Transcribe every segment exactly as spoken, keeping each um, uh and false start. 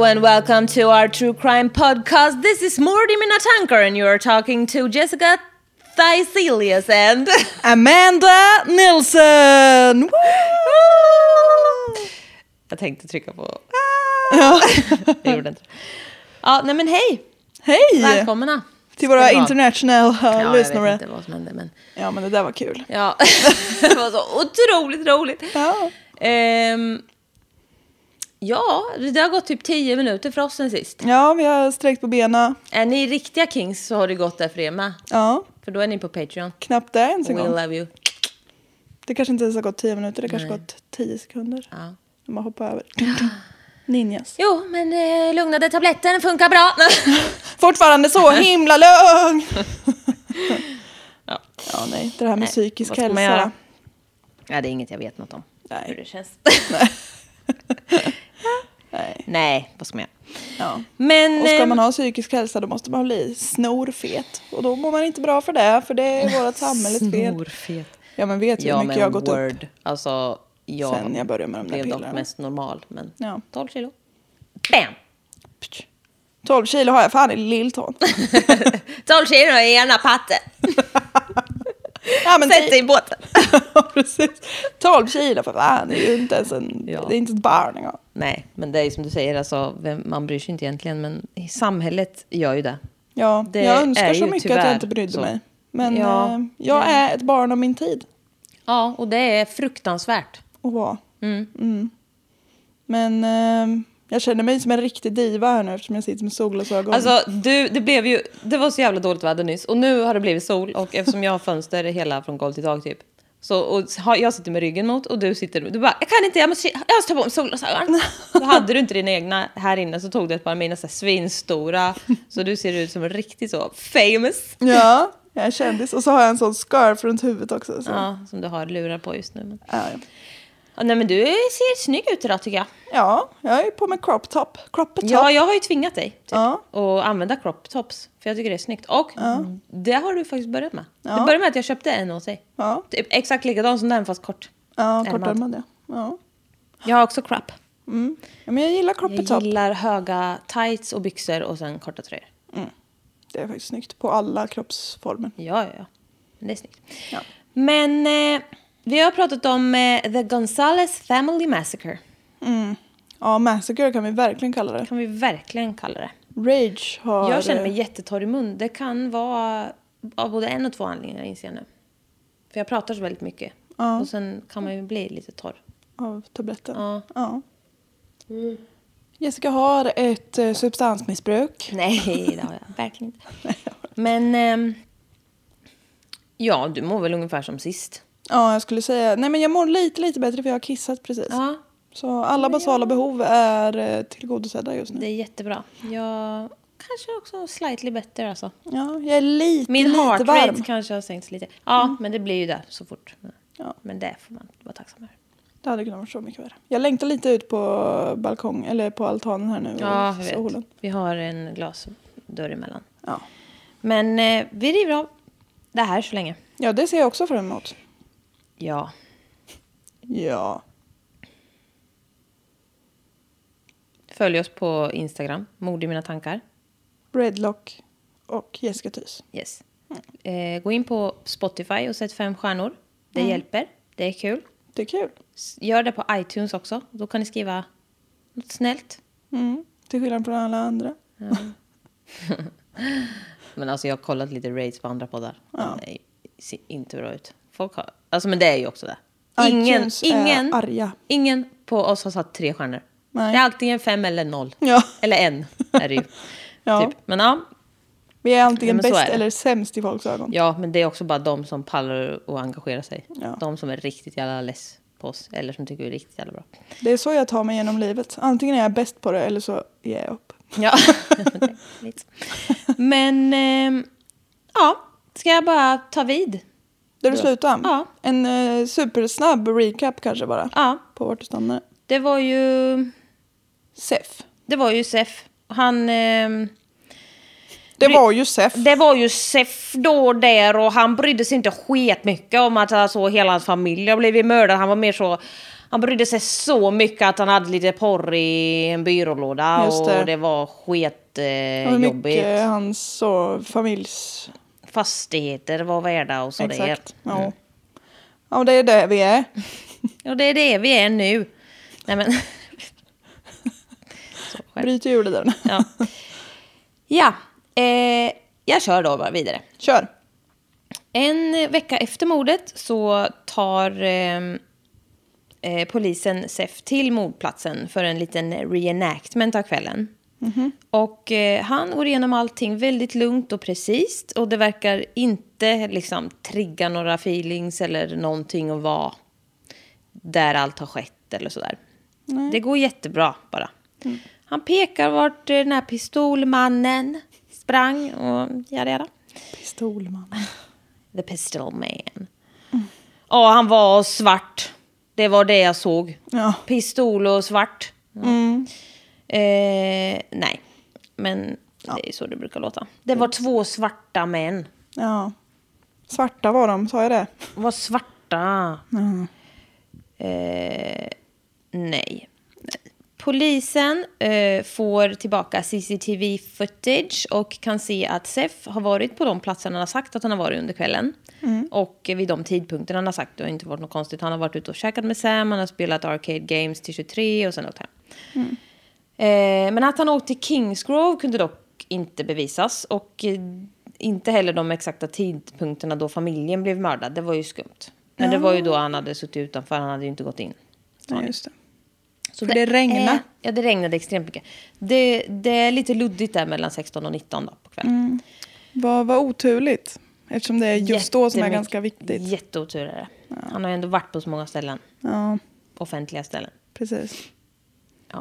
and welcome to our true crime podcast. This is Morty Minatankar and you're talking to Jessica Thaiselius and Amanda Nilsson. Woo! Jag tänkte trycka på. Ja. Jag gjorde inte. Ja, nej men hej. Hej. Välkomna. Till våra internationella ja, lyssnare. Jag vet inte vad som hände, men... Ja, men det där var kul. Ja, det var så otroligt roligt. Ja. Um, ja, det har gått typ tio minuter för oss sen sist. Ja, vi har sträckt på benen. Är ni riktiga kings så har det gått där för er med. Ja. För då är ni på Patreon. Knappt där ens en We gång. love you. Det kanske inte ens har gått tio minuter, det kanske har gått tio sekunder. Ja. De har hoppat över. Ninjas. Jo, men eh, lugnade tabletten funkar bra. Fortfarande så himla lugn. Ja. Ja, nej. Det här med Nej, psykisk vad ska man hälsa. göra? Ja, det är inget jag vet något om. Nej. Hur det känns. Nej. Nej. Nej, vad ska man göra? Ja. Men, Och ska eh, man ha psykisk hälsa då måste man bli snorfet. Och då mår man inte bra för det. För det är vårt samhälles fel. Snorfet. Ja, men vet ju Ja, hur mycket men jag har gått word. upp. Alltså, jag Sen jag började med de där blev dock pillerna. mest normal. Men Ja. tolv kilo. Bam! tolv kilo har jag fan i lilltån. tolv kilo i ena patten. Ja, men Sätt dig i båten. precis. tolv kilo för fan. Det är ju inte ens en, Ja. det är inte ett barn. Ja. Nej, men det är som du säger. Alltså, vem, man bryr sig inte egentligen. Men samhället gör ju det. Ja, Det jag önskar är så ju mycket tyvärr att jag inte brydde så. mig. Men Ja, eh, jag det- är ett barn av min tid. Ja, och det är fruktansvärt. Och var. Mm. Mm. Men eh, jag känner mig som en riktig diva här nu eftersom jag sitter med solglasögon. Alltså, du, det blev ju... Det var så jävla dåligt väder nyss. Och nu har det blivit sol. Och eftersom jag har fönster hela från golv till tak typ. Så och har- jag sitter med ryggen mot och du sitter... Du bara, jag kan inte, jag måste, jag måste ta på mig solglasögon. Då hade du inte dina egna här inne så tog du ett par av mina så här svinstora. Så du ser ut som en riktigt så famous. Ja, jag är kändis. Och så har jag en sån scarf runt huvudet också. Så. Ja, som du har lurar på just nu. Men... Ja, ja. Ja, nej, men du ser snygg ut idag tycker jag. ja, jag är på med crop top. Crop top. Ja, jag har ju tvingat dig typ, Ja. att använda crop tops. För jag tycker det är snyggt. Och det har du faktiskt börjat med. Ja. Det började med att jag köpte en åt dig. Ja, Typ exakt likadan som den fast kort. ja Ärmad. kortärmad. Ja. Ja. Jag har också crop. Mm. Ja, men jag gillar crop Jag top. gillar höga tights och byxor och sen korta tröjor. Det är faktiskt snyggt på alla kroppsformer. Ja, ja, ja. Men det är snyggt. Ja. Men eh, vi har pratat om eh, The Gonzales Family Massacre. Ja, massacre kan vi verkligen kalla det. Kan vi verkligen kalla det. Rage har... Jag känner mig jättetorr i mun. Det kan vara av både en och två anledningar inser jag nu. För jag pratar så väldigt mycket. Ja. Och sen kan man ju bli lite torr. Av tabletten. Ja. Ja. Jessica har ett eh, substansmissbruk. Nej, det har jag verkligen inte. Men ehm, ja, du mår väl ungefär som sist. Ja, jag skulle säga... Nej, men jag mår lite, lite bättre för jag har kissat precis. Ja, Så alla basala behov är eh, tillgodosedda just nu. det är jättebra. Jag kanske också slightly bättre alltså. Ja, jag är lite, Min lite heart varm. rate kanske har sänkts lite. Ja, men det blir ju det så fort. Ja. Men det får man vara tacksam för. Det hade kunnat vara så mycket värre. Jag längtar lite ut på balkong eller på altanen här nu. Ja, och jag solen. vet. Vi har en glasdörr emellan. Ja. Men eh, vi river av det här så länge. ja, det ser jag också fram emot. Ja. Ja. Följ oss på Instagram. Mord i mina tankar. Redlock och Jessica Thys. Yes. Eh, gå in på Spotify och sätt fem stjärnor. Det Mm. hjälper. Det är kul. Det är kul. S- Gör det på iTunes också. Då kan ni skriva något snällt. Mm. Till skillnad från alla andra. Men alltså jag har kollat lite rates på andra poddar. Ja. Nej, ser inte bra ut. Folk har... Alltså men det är ju också det. Ingen, iTunes ingen, är arga. ingen på oss har satt tre stjärnor. Nej. Det är antingen fem eller noll. Ja. Eller en är det ju. Ja. Typ. Men ja, Vi är antingen Ja, men så bäst är det. eller sämst i folks ögon. ja, men det är också bara de som pallar att engagera sig. Ja. De som är riktigt jävla less på oss. Eller som tycker vi är riktigt jävla bra. Det är så jag tar mig genom livet. Antingen är jag bäst på det eller så ger jag upp. Ja, lite. Men ehm, ja, ska jag bara ta vid? Där du slutar? Ja. En eh, supersnabb recap kanske bara. Ja, På vart du stannar. det var ju Sef. det var ju Sef. Han ehm, Det Bry- var ju Sef. det var ju Sef då där och han brydde sig inte skit mycket om att alltså, hela hans familj har blivit mördad. Han var mer så, Han brydde sig så mycket att han hade lite porr i en byrålåda. Just det. Och det var skit eh, Och jobbigt. mycket hans så, familjs... Fastigheter var värda och så Exakt. det. Ja. Ja, det är det vi är. Och det är det vi är nu. Nej men... så, själv. Bryter ur det där. Ja, ja eh, jag kör då bara vidare. Kör. En vecka efter mordet så tar eh, eh, polisen Seth till mordplatsen för en liten reenactment av kvällen. Mm-hmm. Och eh, han går igenom allting väldigt lugnt och precis. Och det verkar inte liksom trigga några feelings eller någonting att vara där allt har skett eller sådär. Nej. Det går jättebra bara. Mm. Han pekar vart den här pistolmannen sprang och jada jada. Pistolmannen. The Pistol Man. Mm. Ja, han var svart. Det var det jag såg. Ja. Pistol och svart. Ja. Mm. Eh, nej, men ja. Det är så det brukar låta. Det var två svarta män. Ja. Svarta var de, sa jag det? Var svarta. Mm. Eh, nej. Polisen eh, får tillbaka C C T V footage och kan se att Seth har varit på de platserna han har sagt att han har varit under kvällen. Mm. Och vid de tidpunkterna han har sagt, det har inte varit något konstigt. Han har varit ute och käkat med Sam, han har spelat arcade games till tjugotre och sen åkt hem. Mm. Eh, men att han åkte till Kingsgrove kunde dock inte bevisas. Och eh, inte heller de exakta tidpunkterna då familjen blev mördad. Det var ju skumt. Men ja. Det var ju då han hade suttit utanför, han hade ju inte gått in. Ja, just det. Så det, det regnade? Är, ja, det regnade extremt mycket. Det, det är lite luddigt där mellan sexton och nitton då på kvällen. Mm. Vad var oturligt? Eftersom det är just då som är ganska viktigt. Jätteotur är det. Ja. Han har ju ändå varit på så många ställen. Ja. Offentliga ställen. Precis. Ja.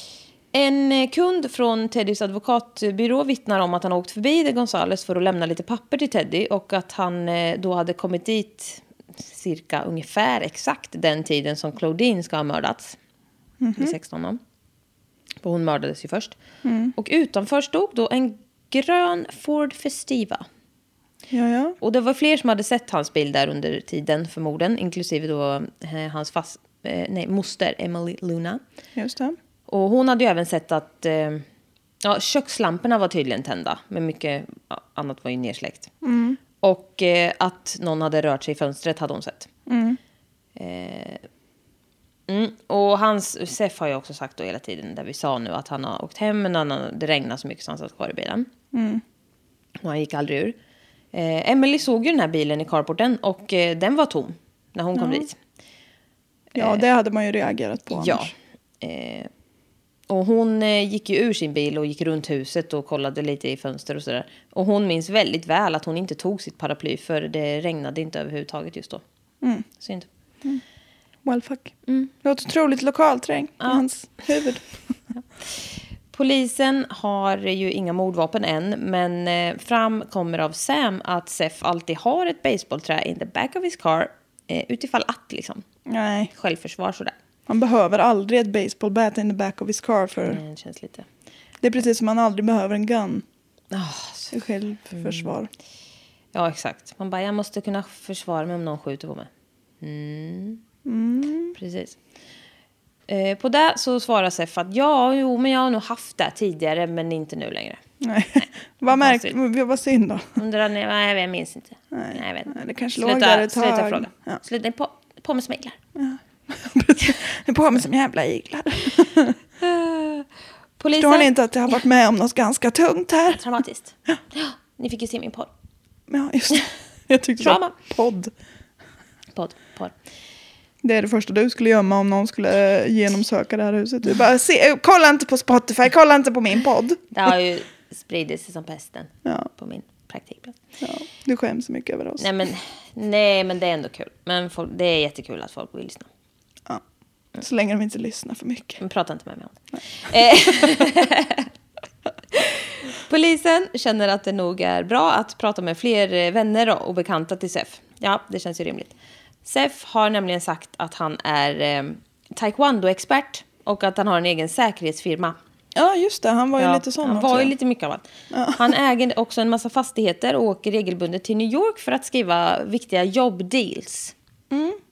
En kund från Teddys advokatbyrå vittnar om att han åkt förbi de Gonzales för att lämna lite papper till Teddy. Och att han då hade kommit dit cirka ungefär exakt den tiden som Claudine ska ha mördats. Mm-hmm. sexton. För hon mördades ju först. Mm. Och utanför stod då en grön Ford Festiva. Ja, ja. Och det var fler som hade sett hans bil där under tiden för morden. Inklusive då eh, hans fast, eh, nej, moster Emily Luna. Just det. Och hon hade ju även sett att eh, ja, kökslamporna var tydligen tända. Men mycket ja, annat var ju nersläckt. Mm. Och eh, att någon hade rört sig i fönstret hade hon sett. Mm. Eh, Mm. Och hans Seth har ju också sagt då hela tiden där vi sa nu att han har åkt hem men han, det regnade så mycket så han satt kvar i bilen. Mm. Och han gick aldrig ur. Eh, Emily såg ju den här bilen i carporten och eh, den var tom när hon ja. kom dit. Ja, det hade man ju reagerat på ja. annars. Eh, och hon eh, gick ju ur sin bil och gick runt huset och kollade lite i fönster och sådär. Och hon minns väldigt väl att hon inte tog sitt paraply för det regnade inte överhuvudtaget just då. Mm. Synd. Mm. Well, fuck. Mm. Det var ett otroligt lokalträng ja. I hans huvud. Ja. Polisen har ju inga mordvapen än, men eh, fram kommer av Sam att Seth alltid har ett baseballträ in the back of his car eh, utifall att liksom. Nej. Självförsvar sådär. Man behöver aldrig ett baseball bat in the back of his car för... Nej, det känns lite. Det är precis som man aldrig behöver en gun. Oh, så... Självförsvar. Mm. Ja, exakt. Man bara, jag måste kunna försvara mig om någon skjuter på mig. Mm. Mm. Precis. Eh, på det så svarar Seth att ja, jo, men jag har nog haft det tidigare men inte nu längre. Nej. Nej. Vad märkt, vad synd då? Undrar ni, nej, jag minns inte. Nej, nej jag vet inte. Nej, det kanske sluta, låg där ett tag. Sluta fråga. Ja. Sluta på, på med smiglar. Ja. På med som jävla iglar. Polisen... Förstår ni inte att jag har varit med om något ganska tungt här? Traumatiskt. Ja. Ja, ni fick ju se min podd. Ja, just det. Jag tyckte Trauma. det var podd. Podd, podd. Det är det första du skulle gömma om någon skulle genomsöka det här huset. Du bara, se, kolla inte på Spotify, kolla inte på min podd. Det har ju spridit sig som pesten ja. På min praktikplats. Ja, du skäms så mycket över oss. Nej men, nej, men det är ändå kul. Men folk, det är jättekul att folk vill lyssna. Ja, så länge de inte lyssnar för mycket. Men prata inte med mig om det. Polisen känner att det nog är bra att prata med fler vänner och bekanta till Seth. Ja, det känns ju rimligt. Seth har nämligen sagt att han är eh, taekwondo-expert och att han har en egen säkerhetsfirma. Ja, just det. Han var ju ja, lite sån Han också. var ju lite mycket av allt. Ja. Han äger också en massa fastigheter och åker regelbundet till New York för att skriva viktiga jobbdeals. Mm.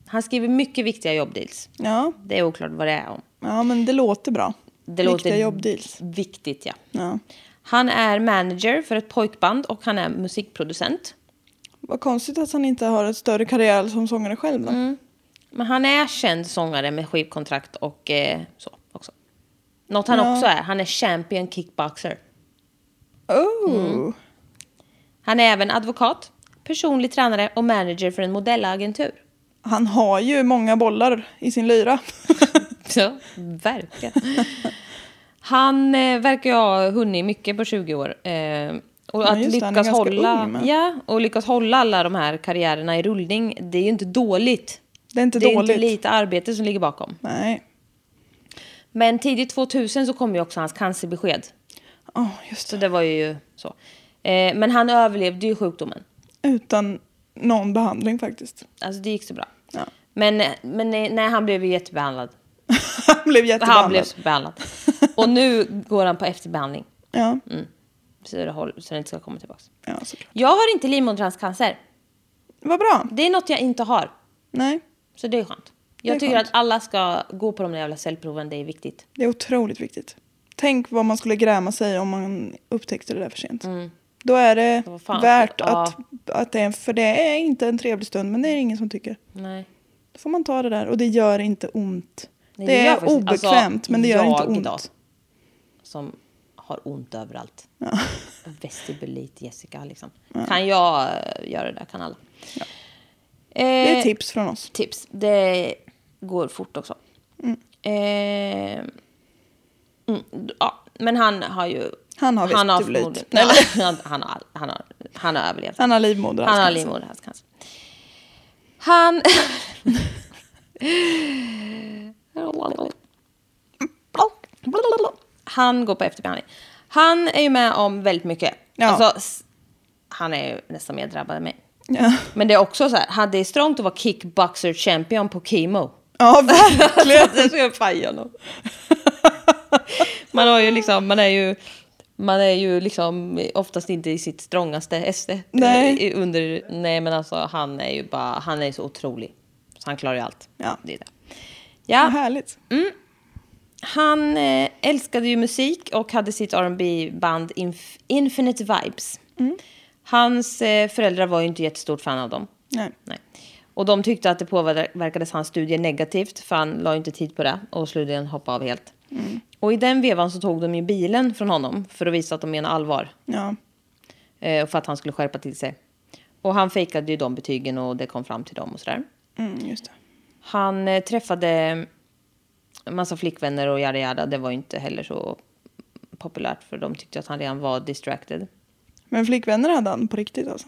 Han skriver mycket viktiga jobbdeals. Ja. Det är oklart vad det är om. Ja, men det låter bra. Det Viktiga låter jobbdeals. viktigt, ja. Ja. Han är manager för ett pojkband och han är musikproducent. Vad konstigt att han inte har ett större karriär som sångare själv då. Mm. Men han är känd sångare med skivkontrakt och eh, så också. Något han Ja. också är, han är champion kickboxer. Oh. Mm. Han är även advokat, personlig tränare och manager för en modellagentur. Han har ju många bollar i sin lyra. Så, verkligen. Han eh, verkar ju ha hunnit mycket på tjugo år. Eh, och Ja, att just det, han är lyckas ganska hålla, ung med. ja, och lyckas hålla alla de här karriärerna i rullning, det är ju inte dåligt. Det är inte Det är dåligt. inte lite arbete som ligger bakom. Nej. Men tidigt tvåtusen så kom ju också hans cancerbesked. Oh, just Så det. det var ju så. Eh, men han överlevde ju sjukdomen. Utan någon behandling faktiskt. Alltså det gick så bra. Ja. Men, men nej, han blev ju jättebehandlad. Han blev jättebehandlad. Han blev behandlad. Och nu går han på efterbehandling. Ja. Mm. Så, det håll, så det inte ska komma tillbaka. Ja, såklart. Jag har inte livmoderhalscancer. Vad bra. Det är något jag inte har. Nej, Så det är skönt. Jag Det är tycker skönt. att alla ska gå på de där jävla cellproven. Det är viktigt. det är otroligt viktigt. Tänk vad man skulle gräma sig om man upptäckte det där för sent. Mm. Då är det Vad fan, värt ja. att, att det är, för det är inte en trevlig stund, men det är ingen som tycker. Nej. Då får man ta det där och det gör inte ont. Nej, det gör är faktiskt- obekvämt, alltså, men det gör inte jag ont. idag, som har ont överallt. Ja. Vestibulit, Jessica, liksom. Kan jag uh, göra det där? Kan alla. Ja. Eh, Det är tips från oss. tips. Det går fort också. Mm. Eh, mm, ja, men han har ju... Han har han har vestibulit. förmodligen- Nej, ja, han, han, har, han, har, han har överlevt. Han har livmoderhalscancer. Han har livmoderhalscancer. Han... Han går på efterbehandling. Han är ju med om väldigt mycket. Ja. Alltså, s- han är ju nästan mer drabbad än mig. Ja. Men det är också så här, hade det strångt att vara kickboxer champion på chemo. Ja, verkligen. Det ska jag paja nog. Man har ju liksom, man är ju man är ju liksom oftast inte i sitt strångaste esse. Nej. I- Under, nej men alltså han är ju bara, han är så otrolig. Så han klarar ju allt. Ja. Det är det. Vad Ja, härligt. han eh, älskade ju musik och hade sitt R and B-band Inf- Infinite Vibes. Hans eh, föräldrar var ju inte jättestort fan av dem. Nej. Nej. Och de tyckte att det påverkades hans studier negativt. För han la inte tid på det. Och slutligen hoppade av helt. Mm. Och i den vevan så tog de ju bilen från honom. För att visa att de menar allvar. Ja. Eh, och för att han skulle skärpa till sig. Och han fejkade ju de betygen. Och det kom fram till dem och sådär. Mm, just det. Han eh, träffade en massa flickvänner och jada jada. Det var ju inte heller så populärt. För de tyckte att han redan var distracted. Men flickvänner hade han på riktigt alltså.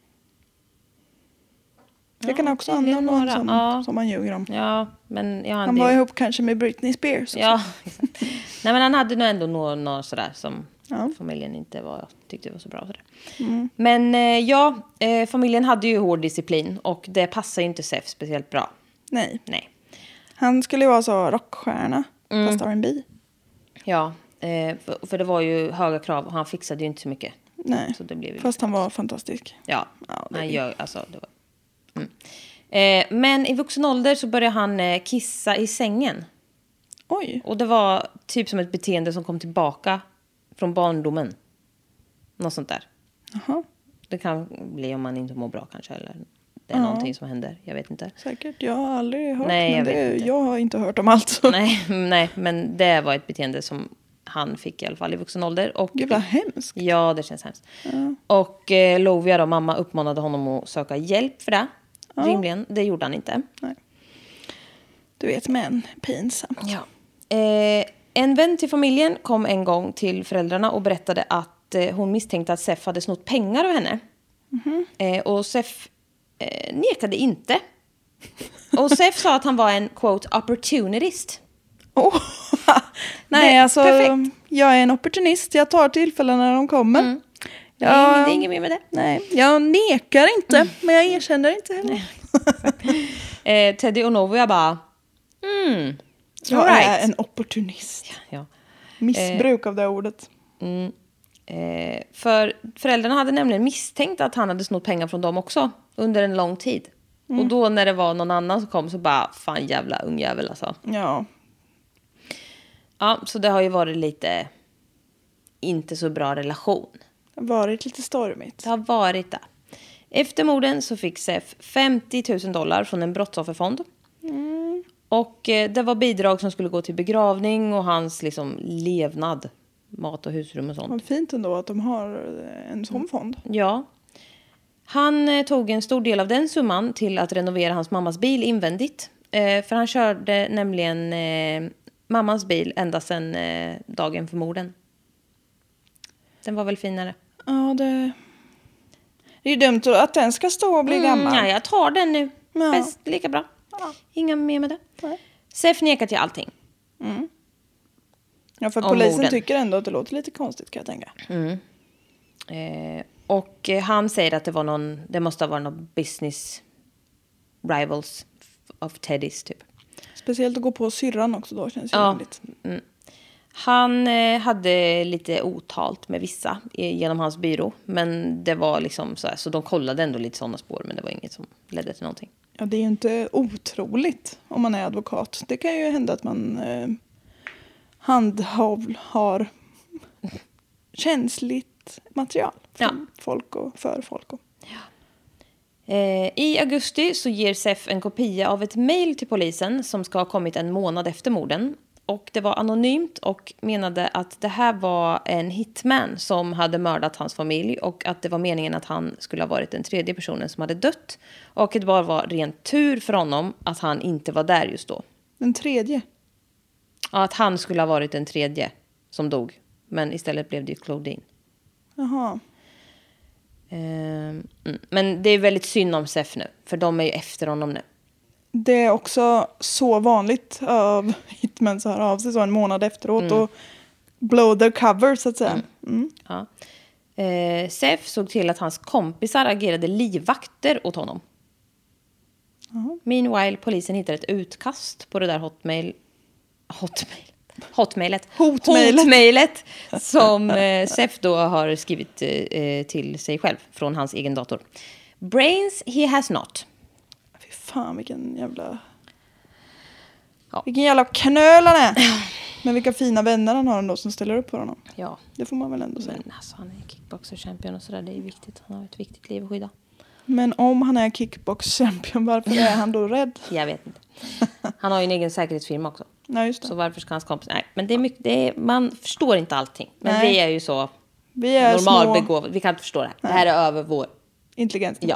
Det Ja, kan också det handla är om någon några. som, Ja. som man ljuger om. Ja, men jag hade Han ju- var ihop kanske med Britney Spears. och Ja, exakt. Nej, men han hade nog ändå några, några sådär som Ja. familjen inte var, tyckte var så bra. Sådär. Mm. Men eh, ja, eh, familjen hade ju hård disciplin och det passar ju inte Sef speciellt bra. Så. Nej. Nej. Han skulle ju vara så rockstjärna. Mm. Fast R and B. Ja, eh, för, för det var ju höga krav och han fixade ju inte så mycket. Nej. Så det blev ju Fast han var fantastisk. Ja, Ja, det han är- gör, alltså, det var... Mm. Eh, men i vuxen ålder så började han eh, kissa i sängen. Oj. Och det var typ som ett beteende som kom tillbaka från barndomen. Något sånt där. Jaha. Det kan bli om man inte mår bra kanske. Eller det är Ja. någonting som händer. Jag vet inte. Säkert. Jag har aldrig hört. Nej, men jag det, vet inte. jag har inte hört om allt. Så. nej, nej, men det var ett beteende som han fick i alla fall i vuxen ålder. Och, Gud vad hemskt. ja, det känns hemskt. Ja. Och eh, Lovia då, mamma uppmanade honom att söka hjälp för det. Ja. Rimligen. Det gjorde han inte. Nej. Du vet, men pinsamt. Ja. Eh, en vän till familjen kom en gång till föräldrarna och berättade att eh, hon misstänkte att Sef hade snott pengar av henne. Mhm. Eh, och Sef eh, nekade inte. Och Sef sa att han var en, quote, opportunist. Oh. Nej, Det- alltså perfekt. jag är en opportunist. Jag tar tillfällen när de kommer. Mm. Det, är, Jag, inget- det är inget mer med det. nej, jag nekar inte, men jag erkänner inte heller. Eh, Teddy och Novo, jag bara... Mm, Jag all right. är en opportunist. Ja. Missbruk av det ordet. Mm. Eh, för föräldrarna hade nämligen misstänkt att han hade snott pengar från dem också. Under en lång tid. Mm. Och då när det var någon annan som kom så bara, fan jävla ungjävel alltså. Ja. Ja, så det har ju varit lite inte så bra relation. Det har varit lite stormigt. Det har varit det. Efter morden så fick Sef femtio tusen dollar från en brottsofferfond. Mm. Och eh, det var bidrag som skulle gå till begravning och hans liksom levnad. Mat och husrum och sånt. Vad fint ändå att de har en sån fond. Ja. Han eh, tog en stor del av den summan till att renovera hans mammas bil invändigt. Eh, för han körde nämligen eh, mammas bil ända sedan eh, dagen för morden. Den var väl finare. Ja, det... Det är ju dumt att den ska stå och bli Mm, gammal. ja, jag tar den nu. Ja. Bäst, lika bra. Ja. Inga mer med det. Nej. Sef nekar till allting. Mm. Ja, för Om polisen morden. tycker ändå att det låter lite konstigt, kan jag tänka. Mm. Eh, och eh, han säger att det var någon, det måste ha varit någon business rivals of Teddys typ. Speciellt att gå på syrran också då, känns ju Ja. rimligt. Mm. Han eh, hade lite otalt med vissa eh, genom hans byrå. Men det var liksom så här, så de kollade ändå lite sådana spår, men det var inget som ledde till någonting. Ja, det är ju inte otroligt om man är advokat. Det kan ju hända att man eh, handhav har känsligt material från Ja. folk och för folk. Och. Eh, I augusti så ger Sef en kopia av ett mejl till polisen som ska ha kommit en månad efter morden. Och det var anonymt och menade att det här var en hitman som hade mördat hans familj. Och att det var meningen att han skulle ha varit den tredje personen som hade dött. Och det bara var rent tur för honom att han inte var där just då. Den tredje. Ja, att han skulle ha varit den tredje som dog. Men istället blev det ju Claudine. Jaha. Ehm, mm. Men det är väldigt synd om Sef nu. För de är ju efter honom nu. Det är också så vanligt av hitmen så här av sig så en månad efteråt Mm. och blow their cover så att säga. Mm. Ja. Eh, Sef såg till att hans kompisar agerade livvakter åt honom. Jaha. Meanwhile, polisen hittade ett utkast på det där hotmail... Hotmail? Hotmailet. Hotmailet. Hotmailet som eh, Sef då har skrivit eh, till sig själv från hans egen dator. Brains he has not. Fy fan vilken jävla... Ja. Vilken jävla knöl han är. Men vilka fina vänner han har ändå som ställer upp för honom. Ja, Det får man väl ändå säga. men alltså, han är kickboxer-champion och sådär. Det är ju viktigt. Han har ett viktigt liv att skydda. Men om han är kickbox-champion, varför är han då rädd? Jag vet inte. Han har ju en egen säkerhetsfirma också. Nej, just det. Så varför ska hans kompis... Nej, men det är mycket... Det är, man förstår inte allting. Men Nej. vi är ju så Vi är små normalbegåvade. Vi kan inte förstå det här. Det här är över vår... intelligens. Ja.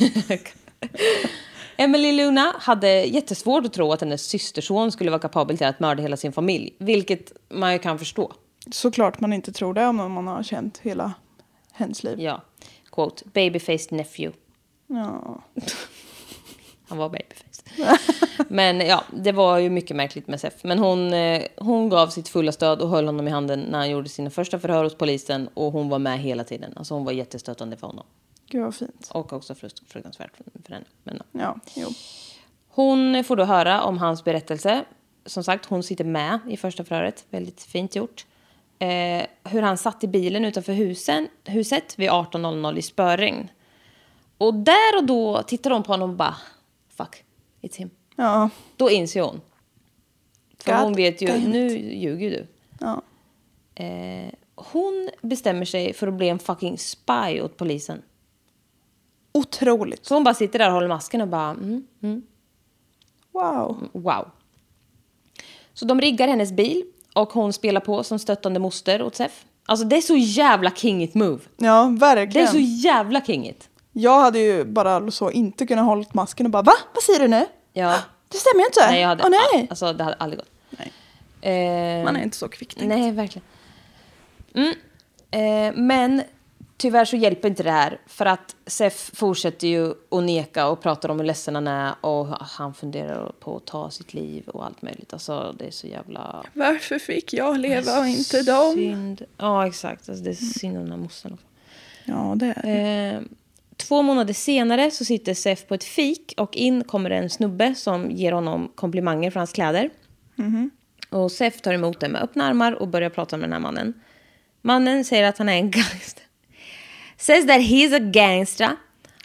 Emily Luna hade jättesvårt att tro att hennes systerson skulle vara kapabel till att mörda hela sin familj. Vilket man ju kan förstå. Såklart man inte tror det om man har känt hela hens liv. Ja. Quote, babyfaced nephew. Ja. Han var babyface. Men ja, det var ju mycket märkligt med Sef. Men hon, eh, hon gav sitt fulla stöd och höll honom i handen när han gjorde sina första förhör hos polisen. Och hon var med hela tiden. Alltså hon var jättestötande för honom. Gud vad fint. Och också frust- fruktansvärt för, för henne. Men, ja. Ja, jo. Hon får då höra om hans berättelse. Som sagt, hon sitter med i första förhöret. Väldigt fint gjort. Eh, hur han satt i bilen utanför husen, huset vid arton noll noll i spöregn. Och där och då tittar hon på honom och bara... Fuck, it's him. Ja. Då inser hon. För God hon vet ju, damn it. nu ljuger du. Ja. Eh, hon bestämmer sig för att bli en fucking spy åt polisen. Otroligt. Så hon bara sitter där och håller masken och bara... Mm, mm, Wow. wow. Så de riggar hennes bil och hon spelar på som stöttande moster åt Sef. Alltså det är så jävla kingigt move. Ja, Det är verkligen. så jävla kingigt. Jag hade ju bara så inte kunnat hålla masken och bara, va? Vad säger du nu? Ja. Det stämmer ju inte. Nej, jag hade, Åh, nej. Alltså det hade aldrig gått. Nej. Eh, Man är inte så kvicktänkt. Nej, verkligen. Mm. Eh, men tyvärr så hjälper inte det här. För att Sef fortsätter ju att neka och pratar om hur ledsen han är. Och han funderar på att ta sitt liv och allt möjligt. Alltså det är så jävla... Varför fick jag leva och inte dem? Synd. Ja, exakt. Alltså, det är synd om den här morsan också. Ja, det är det. Eh, två månader senare så sitter Sef på ett fik. Och in kommer en snubbe som ger honom komplimanger för hans kläder. Mhm. Och Sef tar emot det med öppna armar och börjar prata med den här mannen. Mannen säger att han är en gangster. Says that he's a gangster.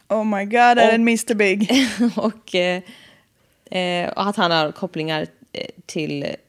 Oh my god, är det en mister Big? och, eh, eh, och att han har kopplingar eh, till... Eh,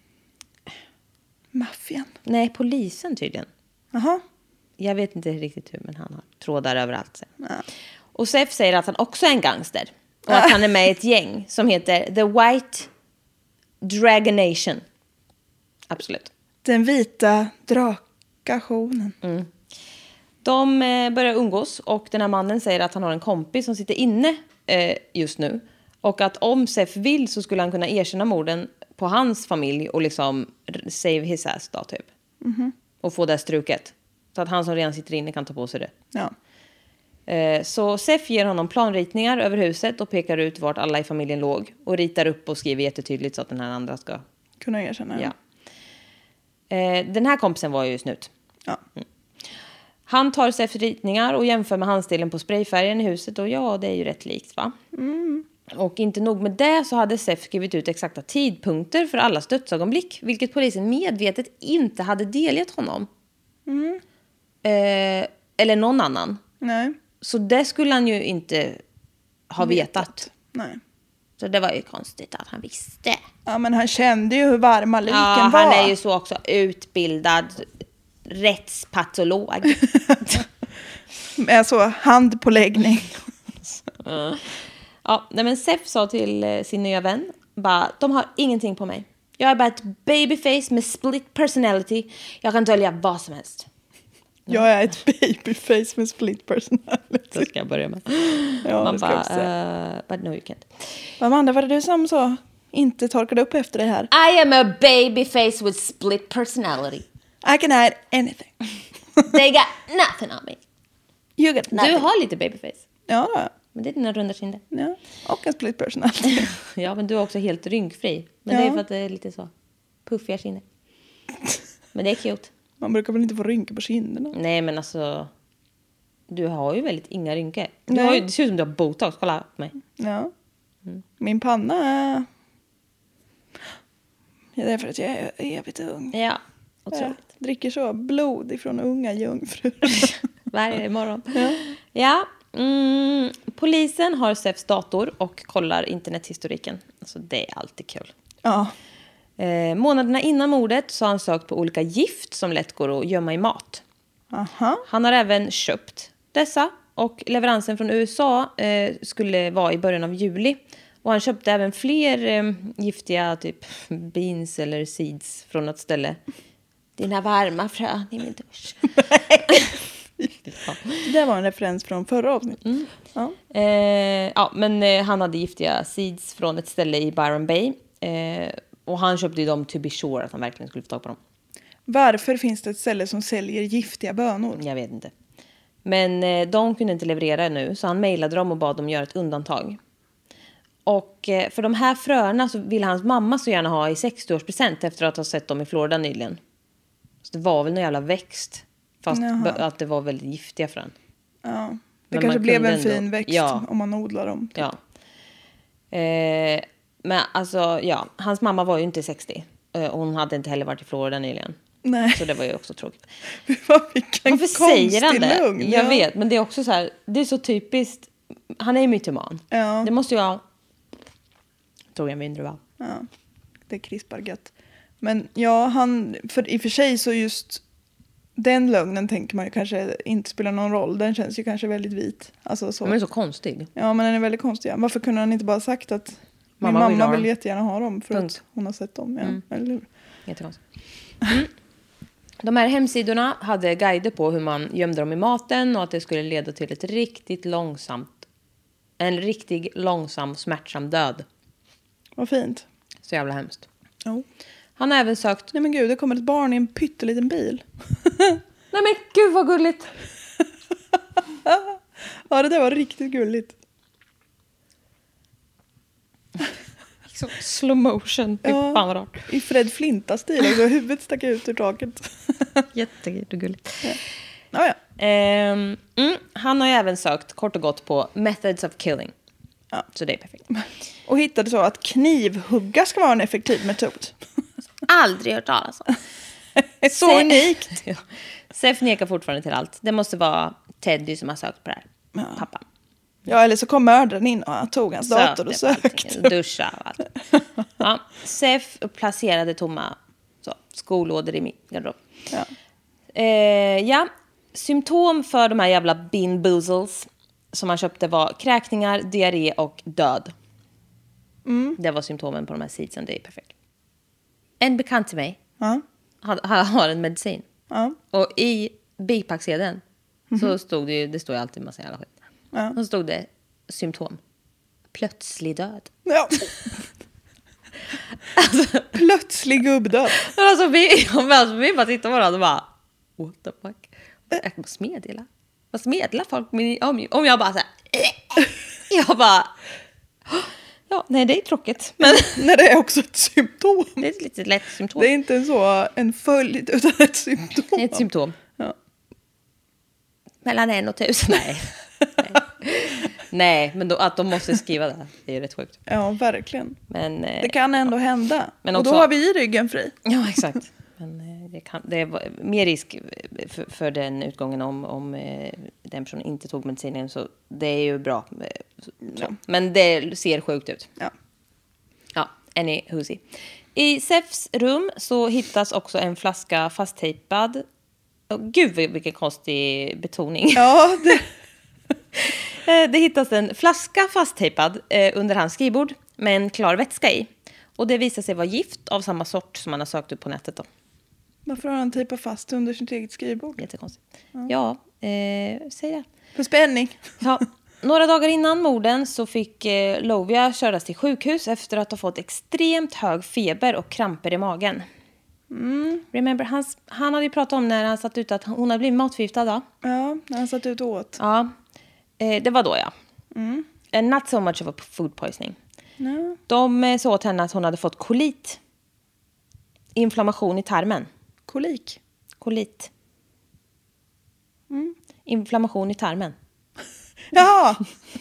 Maffian? nej, polisen tydligen. Jaha. Jag vet inte riktigt hur, men han har trådar överallt. Så. Ja. Och Sef säger att han också är en gangster. Och att han är med i ett gäng som heter The White Dragonation. Absolut. Den vita drakationen. Mm. De eh, börjar umgås och den här mannen säger att han har en kompis som sitter inne eh, just nu. Och att om Sef vill så skulle han kunna erkänna morden på hans familj och liksom save his ass då typ. Mm-hmm. Och få det struket. Så att han som redan sitter inne kan ta på sig det. Ja. Eh, så Sef ger honom planritningar över huset och pekar ut vart alla i familjen låg. Och ritar upp och skriver jättetydligt så att den här andra ska... Kunna erkänna. Ja. Eh, den här kompisen var ju snut. Ja. Mm. Han tar Sefs ritningar och jämför med handstilen på sprayfärgen i huset. Och ja, det är ju rätt likt va? Mm. Och inte nog med det så hade Sef skrivit ut exakta tidpunkter för alla dödsögonblick. Vilket polisen medvetet inte hade delgett honom. Mm. Eh, eller någon annan. Nej. Så det skulle han ju inte ha vetat. vetat. Nej. Så det var ju konstigt att han visste. Ja, men han kände ju hur varma liken Ja, var. han är ju så också utbildad rättspatolog. Med så handpåläggning. uh. Ja, nej, men Sef sa till eh, sin nya vän, bara, de har ingenting på mig. Jag är bara ett babyface med split personality. Jag kan dölja vad som helst. Jag är ett babyface med split personality. Det ska jag börja med. Ja, Man det ska bara, jag också säga. uh, but no you can't. Amanda, var det du som sa inte torkade upp efter dig här? I am a babyface with split personality. I can hide anything. They got nothing on me. You got nothing. Du har lite babyface. Ja, då. Men det är dina runda kinder. Ja. Och en split personality. Ja, men du är också helt rynkfri. Men Ja. det är för att det är lite så puffiga kinder. Men det är cute. Man brukar väl inte få rynkor på kinderna? Nej, men alltså... Du har ju väldigt inga rynkor. Du Nej. har ju, det ser ut som du har botox. Kolla på mig. Ja. Min panna är... Ja, det är för att jag är evigt ung. Ja, otroligt. Jag dricker så blod ifrån unga jungfrur. Varje morgon. Ja. ja mm, polisen har Sefs dator och kollar internethistoriken. Alltså det är alltid kul. Ja. Eh, månaderna innan mordet så har han sökt på olika gift som lätt går att gömma i mat. Aha. Han har även köpt dessa och leveransen från U S A eh, skulle vara i början av juli. Och han köpte även fler eh, giftiga typ beans eller seeds från ett ställe. Dina varma frön i min dusch. Ja. Det var en referens från förra avsnittet. Mm. Ja. Eh, ja, men eh, han hade giftiga seeds från ett ställe i Byron Bay. Eh, och han köpte ju dem to be sure att han verkligen skulle få tag på dem. Varför finns det ett ställe som säljer giftiga bönor? Jag vet inte. Men eh, de kunde inte leverera nu så han mejlade dem och bad dem göra ett undantag. Och eh, för de här fröna så vill hans mamma så gärna ha i sextioårspresent efter att ha sett dem i Florida nyligen. Så det var väl någon jävla växt. Fast Jaha. att det var väldigt giftiga frön. Ja. Det Men kanske man blev kunde en ändå- fin växt Ja. om man odlar dem. Typ. Ja. Eh, men alltså, ja. Hans mamma var ju inte sextio. Eh, och hon hade inte heller varit i Florida nyligen. Nej. Så det var ju också tråkigt. Vilken Varför säger han konstig det? lugn. Jag Ja. vet, men det är också så här. Det är så typiskt. Han är ju mytoman. Ja. Det måste ju vara... Tog jag mindre va? Ja, det krispar gött. Men ja, han, för i och för sig så just den lögnen tänker man ju kanske inte spelar någon roll. Den känns ju kanske väldigt vit. Alltså så. Men är så konstig. Ja, men den är väldigt konstig. Varför kunde han inte bara sagt att Mamma min vill mamma ha vill dem. jättegärna ha dem för Punkt. att hon har sett dem. Ja, Mm. eller hur? Jättekonstigt. Mm. De här hemsidorna hade guider på hur man gömde dem i maten och att det skulle leda till ett riktigt långsamt, en riktig långsam smärtsam död. Vad fint. Så jävla hemskt. Jo. Han har även sökt... Nej men gud, det kommer ett barn i en pytteliten bil. Nej men gud vad gulligt! Ja, det där var riktigt gulligt. Så slow motion. Fy Ja. fan vad rart. I Fred Flinta-stil. Alltså, huvudet stack ut ur taket. Jättegulligt. Ja, ja. Ehm, mm, han har ju även sökt kort och gott på methods of killing. Ja. Så det är perfekt. Och hittade så att knivhugga ska vara en effektiv metod. Aldrig hört talas om. Så Se- unikt. Ja. Sef nekar fortfarande till allt. Det måste vara Teddy som har sökt på det här. Ja. Pappa. Ja, eller så kom mördaren in och tog hans dator och sökte. Duscha och allt. Ja, Sef placerade tomma så, skolådor i min garderob. Ja. Eh, ja, symptom för de här jävla Bean Boozles som han köpte var kräkningar, diarré och död. Mm. Det var symptomen på de här seedsen, det är perfekt. En bekant till mig Ja. har, har en medicin. Ja. Och i bipacksedeln mm-hmm. så stod det ju, det står ju alltid en massa jävla skit. Ja. Och så stod det symptom. Plötslig död. Ja. Alltså, plötslig gubbdöd. Alltså vi, alltså, vi bara tittar på varandra och bara, what the fuck? Jag måste meddela. Jag måste meddela folk om, om jag bara så här, jag bara, ja, nej det är tråkigt. Men när det är också ett symptom. Det är ett lite lätt symptom. Det är inte så en följd utan ett symptom. Det är ett symptom. Ja. Mellan en och tusen, nej. nej. Nej, men då, att de måste skriva det, det är rätt sjukt. Ja, verkligen. Men, det kan ändå ja. hända. Men också, och då har vi ryggen fri. Ja, exakt. Men det, kan, det är mer risk för, för den utgången om, om den personen inte tog medicinen. Så det är ju bra. Ja. Men det ser sjukt ut. Ja. Ja, any whoosy. I Sefs rum så hittas också en flaska fasttejpad. Oh, gud, vilken konstig betoning. Ja, det... Det hittas en flaska fasttejpad eh, under hans skrivbord med en klar vätska i. Och det visar sig vara gift av samma sort som man har sökt upp på nätet då. Varför har han tejpat fast under sitt eget skrivbord? Jättekonstigt. Ja, ja eh, säg det. För spänning. Ja. Några dagar innan morden så fick eh, Lovia köras till sjukhus efter att ha fått extremt hög feber och kramper i magen. Mm. Remember, han, han hade ju pratat om när han satt ut att hon hade blivit matförgiftad då. Ja, när han satt ut och åt. Ja, eh, det var då ja. Mm. And not so much of a food poisoning. No. De eh, sa åt henne att hon hade fått kolit. Inflammation i tarmen. Kolik? Kolit. Mm. Inflammation i tarmen. Jaha!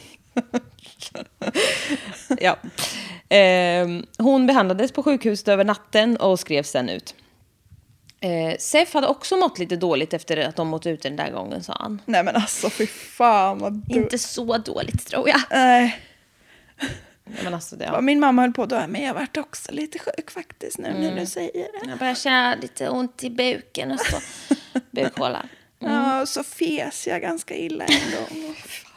Ja. Eh, hon behandlades på sjukhuset över natten och skrevs sen ut. Eh, Sef hade också mått lite dåligt efter att de mått ut den där gången, sa han. Nej men alltså, fy fan vad du... Inte så dåligt, tror jag. Nej. Men alltså, det, ja. Min mamma höll på då, men jag varit också lite sjuk faktiskt nu mm. när du säger det. Jag börjar känna lite ont i buken och så. Bukhåla. Mm. Ja, så fes jag ganska illa en gång.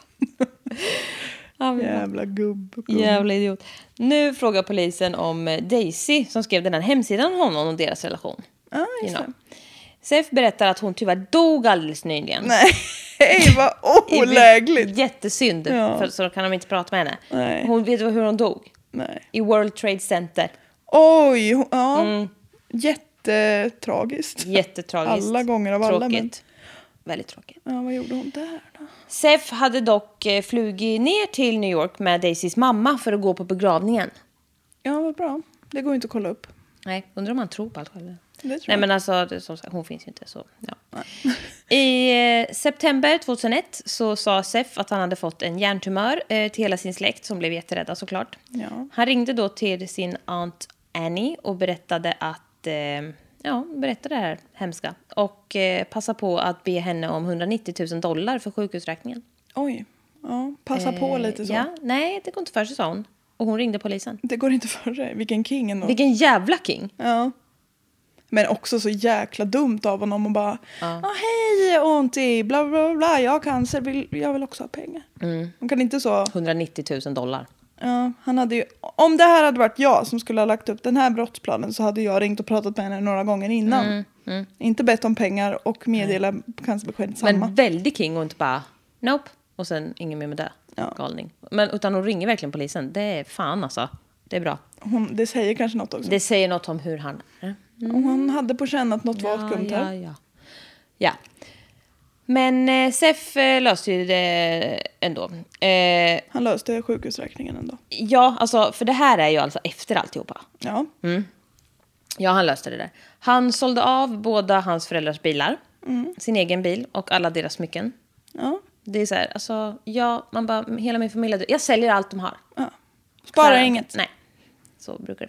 Ja, jävla gubb, gubb. Jävla idiot. Nu frågar polisen om Daisy som skrev den här hemsidan om honom och deras relation. Ja, ah, just you know. Sef berättar att hon tyvärr dog alldeles nyligen. Nej, hej vad olägligt. Jättesynd, ja. för så kan de inte prata med henne. Nej. Hon vet hur hon dog. Nej. I World Trade Center. Oj, ja. Mm. Jättetragiskt. Jättetragiskt. Alla gånger av tråkigt. alla. Men... Väldigt tråkigt. Ja, vad gjorde hon där då? Sef hade dock flugit ner till New York med Daisys mamma för att gå på begravningen. Ja, vad bra. Det går inte att kolla upp. Nej, undrar om han tror på allt själv. Nej, jag. men alltså, det, som sagt, hon finns ju inte så. Ja. I eh, september tjugohundraett så sa Sef att han hade fått en hjärntumör eh, till hela sin släkt som blev jätterädda såklart. Ja. Han ringde då till sin aunt Annie och berättade att eh, ja, berättade det här hemska och eh, passa på att be henne om hundranittio tusen dollar för sjukhusräkningen. Oj, ja, passa eh, på lite så. Ja, nej, det går inte för sig, sa hon. Och hon ringde polisen. Det går inte för sig. Vilken king ändå. Vilken jävla king. Ja. Men också så jäkla dumt av honom och bara ja. ah, hej ont i bla bla bla, jag har cancer, vill, jag vill också ha pengar. Mm. Man kan inte så... hundranittio tusen dollar. Ja, han hade ju... Om det här hade varit jag som skulle ha lagt upp den här brottsplanen så hade jag ringt och pratat med henne några gånger innan. Mm. Mm. Inte bett om pengar och meddela cancerbeskedet samma. Men väldigt king och inte bara nope. Och sen ingen mer med det. Ja. Galning. Men utan hon ringer verkligen polisen. Det är fan alltså. Det är bra. Hon, det säger kanske något också. Det säger något om hur han är. Mm. Och hon hade på känn att något ja, var skumt här. Ja, ja. Ja. Men eh, Sef eh, löste ju det ändå. Eh, han löste sjukhusräkningen ändå. Ja, alltså, för det här är ju alltså efter alltihopa. Ja. Mm. Ja, han löste det där. Han sålde av båda hans föräldrars bilar. Mm. Sin egen bil och alla deras smycken. Ja. Det är så här, alltså, ja, man bara, hela min familj, jag säljer allt de har. Ja. Sparar inget. Nej, så brukar det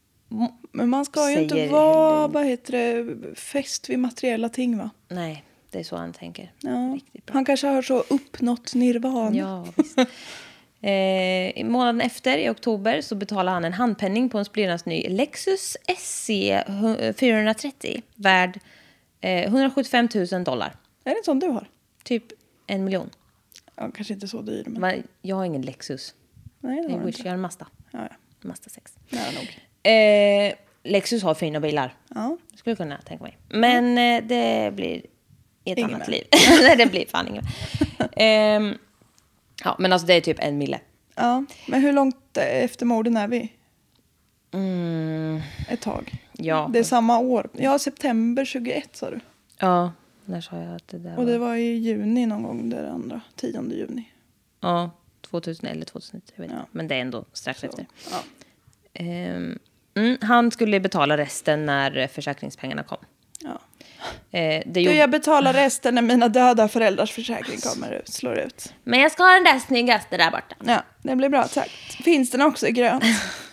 vara. Men man ska ju inte vara, vad heter det, fäst vid materiella ting, va? Nej, Det är så han tänker. Ja. Riktigt bra. Han kanske har så uppnått nirvana. Ja, visst. eh, i månaden efter, i oktober, så betalar han en handpenning på en splirrans ny Lexus S C fyrahundratrettio. Värd eh, hundrasjuttiofem tusen dollar. Är det en sån du har? Typ en miljon. Ja, kanske inte så dyr. Men... Men jag har ingen Lexus. Nej, det Jag har wish inte. jag har en Mazda. Ja, ja. Mazda sex. Nära nog. Eh, Lexus har fina bilar. Ja. Skulle kunna tänka mig. Men eh, det blir ett Ingen annat med. liv. Nej, det blir fan ingen. eh, ja, men alltså det är typ en mille. Ja, men hur långt efter morden är vi? Mm, Ett tag. ja. Det är samma år. Ja, september tjugoett sa du. Ja, när sa jag att det där Och det var... var i juni någon gång, det andra. tionde juni. Ja, tvåtusen eller tvåtusennittio. Jag vet Ja. inte. Men det är ändå strax Så, efter. ja. Ehm, mm, han skulle betala resten när försäkringspengarna kom. Ja. Eh, det Du, gjorde... jag betalar resten när mina döda föräldrars försäkring kommer ut, slår ut. Men jag ska ha den där snyggaste där borta. Ja, det blir bra, tack. Finns den också i grönt?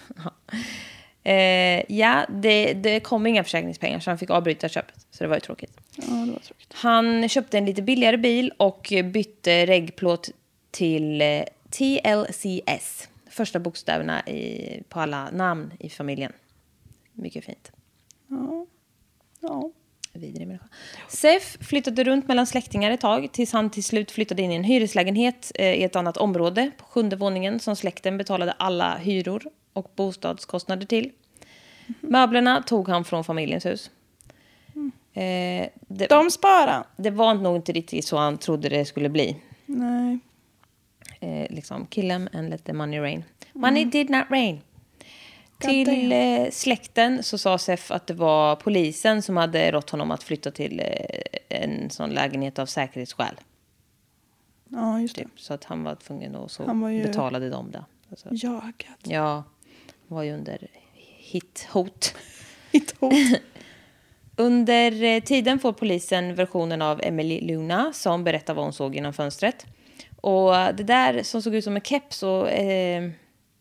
Eh, ja, det, det kom inga försäkringspengar så han fick avbryta köpet. Så det var ju tråkigt. Ja, det var tråkigt. Han köpte en lite billigare bil och bytte reggplåt till eh, T L C S. Första bokstäverna i, på alla namn i familjen. Mycket fint. Ja. Ja. Vidrig människa. Sef flyttade runt mellan släktingar ett tag tills han till slut flyttade in i en hyreslägenhet eh, i ett annat område på sjunde våningen som släkten betalade alla hyror och bostadskostnader till. Mm-hmm. Möblerna tog han från familjens hus. Mm. Eh, det, De sparar. det var nog inte riktigt så han trodde det skulle bli. Nej. Eh, liksom, kill him and let the money rain. Money did not rain. God Till damn. eh, släkten så sa Sef att det var polisen som hade rått honom att flytta till eh, en sån lägenhet av säkerhetsskäl. Ja, just det. Typ. Så att han var tvungen och så Han var ju- betalade de det. Alltså, Jagad. ja, han var ju under hit-hot. Mitt hot. Under eh, tiden får polisen versionen av Emily Luna som berättar vad hon såg genom fönstret. Och det där som såg ut som en keps och... Eh,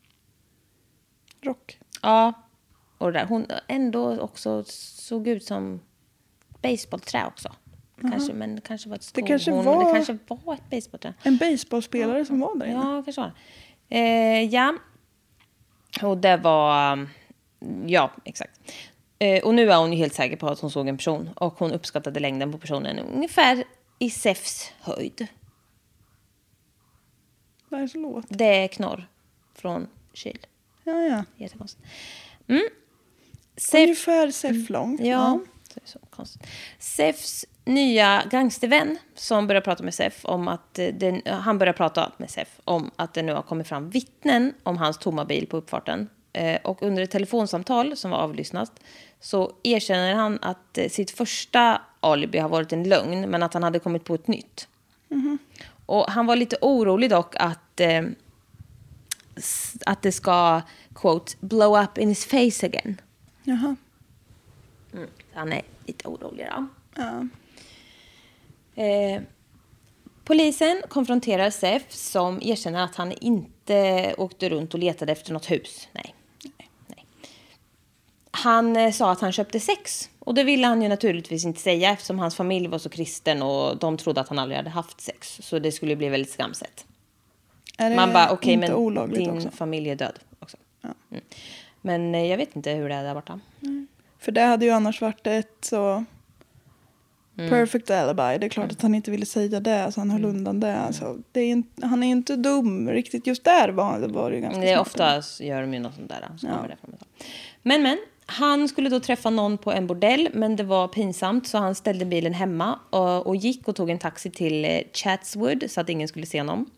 Rock. ja, och det där. Hon ändå också såg ut som baseballträ också. Kanske, men det kanske var ett Det kanske skohorn, var- men det kanske var ett baseballträ. En baseballspelare som var där inne. Ja, kanske var det. Eh, ja. Och det var... Ja, exakt. Eh, och nu är hon ju helt säker på att hon såg en person. Och hon uppskattade längden på personen ungefär i Sefs höjd. Vad är det som låter? Det är knorr från kyl. Ja, ja. Jättekonstigt. Mm. Sef, Ungefär Sef-lång. ja, det är så konstigt. Sefs nya gangstervän som börjar prata med Sef om att eh, den, han börjar prata med Sef om att det nu har kommit fram vittnen om hans tomma bil på uppfarten. Eh, och under ett telefonsamtal som var avlyssnat så erkänner han att eh, sitt första alibi har varit en lögn men att han hade kommit på ett nytt. Mm-hmm. Och han var lite orolig dock att eh, s- att det ska quote blow up in his face again. Jaha. Mm. Han är lite orolig då. Ja. Eh, polisen konfronterar Sef som erkänner att han inte åkte runt och letade efter något hus. Nej. Nej. Nej. Han eh, sa att han köpte sex. Och det ville han ju naturligtvis inte säga eftersom hans familj var så kristen och de trodde att han aldrig hade haft sex. Så det skulle bli väldigt skamset. Är det Man bara, okej, inte men olagligt din också? familj är död också. Ja. Mm. Men eh, jag vet inte hur det är där borta. För det hade ju annars varit ett så Mm. perfect alibi. Det är klart att han inte ville säga det, så han höll undan det. Alltså, det är inte, han är inte dum riktigt. Just där var, det var det ju ganska Det är smart. ofta gör de ju något sånt där. Så Ja. kommer det från ett håll. Men, men. Han skulle då träffa någon på en bordell, men det var pinsamt så han ställde bilen hemma och, och gick och tog en taxi till eh, Chatswood så att ingen skulle se honom.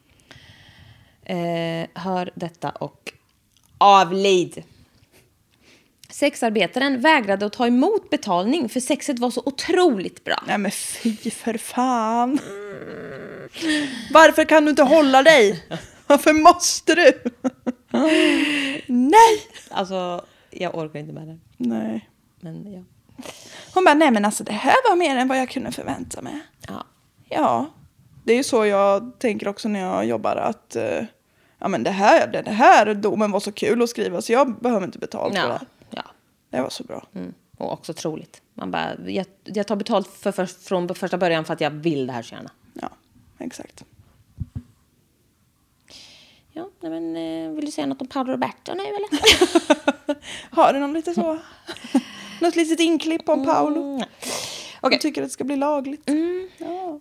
Eh, hör detta och avlid. Sexarbetaren vägrade att ta emot betalning för sexet var så otroligt bra. Nej men fy för fan. Varför kan du inte hålla dig? Varför måste du? Nej. Alltså, jag orkar inte med det. Nej. Men ja. Hon bara, nej men alltså det här var mer än vad jag kunde förvänta mig. Ja. Ja, det är ju så jag tänker också när jag jobbar att eh, ja men det här, det här domen var så kul att skriva så jag behöver inte betalt för Ja. det. ja. Det var så bra. Mm. Och också troligt. Man bara, jag, jag tar betalt för, för, från första början för att jag vill det här så gärna. Ja, exakt. Ja, men eh, vill du säga något om Paolo Roberto nu eller? Har du någon lite så? Något litet inklipp om Paolo? Mm, nej. Okay. Okej. Tycker att det ska bli lagligt. Mm. Ja.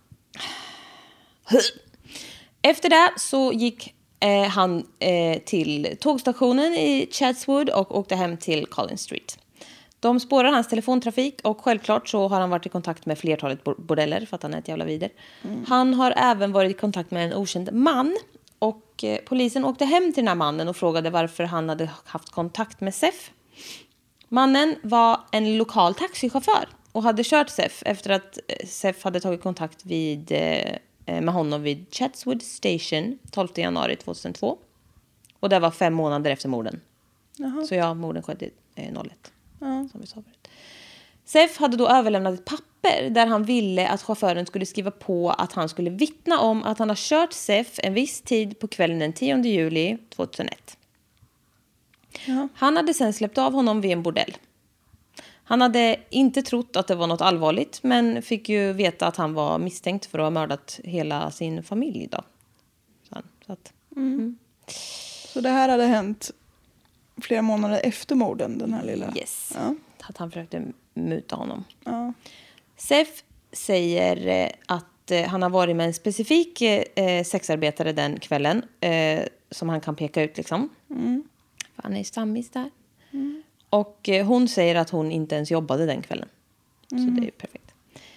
Efter det så gick eh, han eh, till tågstationen i Chatswood och åkte hem till Collins Street. De spårar hans telefontrafik och självklart så har han varit i kontakt med flertalet bordeller för att han är ett jävla vider. Mm. Han har även varit i kontakt med en okänd man och eh, polisen åkte hem till den här mannen och frågade varför han hade haft kontakt med Sef. Mannen var en lokal taxichaufför och hade kört Sef efter att Sef hade tagit kontakt vid, eh, med honom vid Chatswood Station tolfte januari tjugohundratvå. Och det var fem månader efter morden. Jaha. Så ja, morden skedde eh, noll ett. Ja. Som vi sa förut. Sef hade då överlämnat ett papper där han ville att chauffören skulle skriva på att han skulle vittna om att han har kört Sef en viss tid på kvällen den tionde juli tjugohundraett. Ja. Han hade sen släppt av honom vid en bordell. Han hade inte trott att det var något allvarligt, men fick ju veta att han var misstänkt för att ha mördat hela sin familj då. Så, så, att, mm. Mm. Så det här hade hänt flera månader efter morden, den här lilla... Yes, ja. att han försökte muta honom. Ja. Sef säger att han har varit med en specifik eh, sexarbetare den kvällen eh, som han kan peka ut liksom. Mm. För han är stammis där. Mm. Och eh, hon säger att hon inte ens jobbade den kvällen. Mm. Så det är ju perfekt.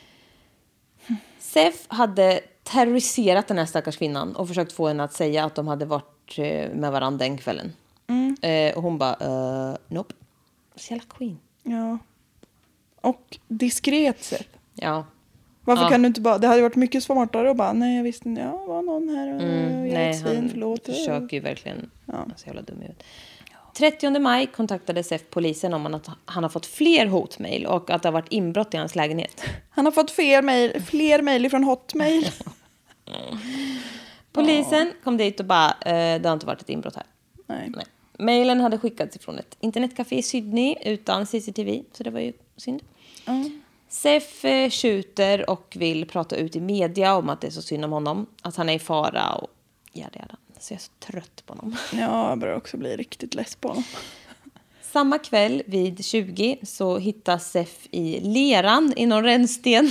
Sef hade terroriserat den här stackars kvinnan och försökt få henne att säga att de hade varit eh, med varandra den kvällen. Mm. Eh, och hon bara, uh, nope. Så jävla queen. Ja. Och diskret sätt. Ja. Varför ja. kan du inte bara... Det hade varit mycket smartare och bara, nej jag visste inte, ja, var någon här och Mm, jag är nej, ett svin, han förlåt. försöker ju verkligen, Ja. så jävla dum ut. trettionde maj kontaktade Sef polisen om att han har fått fler hotmail och att det har varit inbrott i hans lägenhet. Han har fått fler mejl, fler mejl från Hotmail. Polisen kom dit och bara, eh, det har inte varit ett inbrott här. Nej. Nej. Mailen hade skickats ifrån ett internetcafé i Sydney utan C C T V, så det var ju synd. Mm. Sef eh, skjuter och vill prata ut i media om att det är så synd om honom. Att han är i fara och jävla jävla. Så jag är så trött på honom. Ja, jag börjar också bli riktigt less på honom. Samma kväll vid tjugo så hittas Sef i leran i någon rännsten.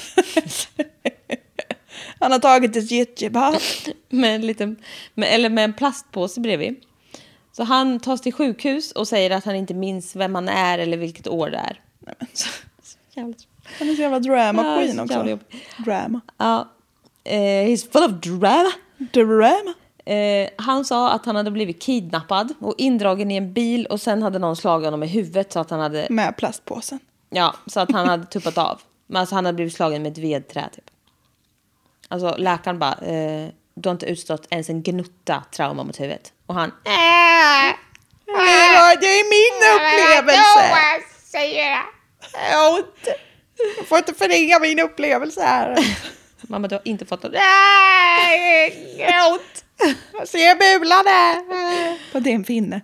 Han har tagit ett jitjibad. med en liten, med, eller med en plastpåse bredvid. Så han tas till sjukhus och säger att han inte minns vem han är eller vilket år det är. Nej, men. Så, så jävla... Han är så jävla drama Ja, queen så också. jävla jobb. Drama. Ja, eh, he's full of drama. Drama. Eh, han sa att han hade blivit kidnappad och indragen i en bil och sen hade någon slagit honom i huvudet så att han hade... Med plastpåsen. Ja, så att han hade tuppat av. Men alltså han hade blivit slagen med ett vedträ typ. Alltså läkaren bara, eh, du har inte utstått ens en gnutta trauma mot huvudet. Och han... Äh, det är min upplevelse. Jag får inte förringa min upplevelse här. Mamma, du har inte fått något... Nej, gråt. Jag ser bulan där. Och det är en finne.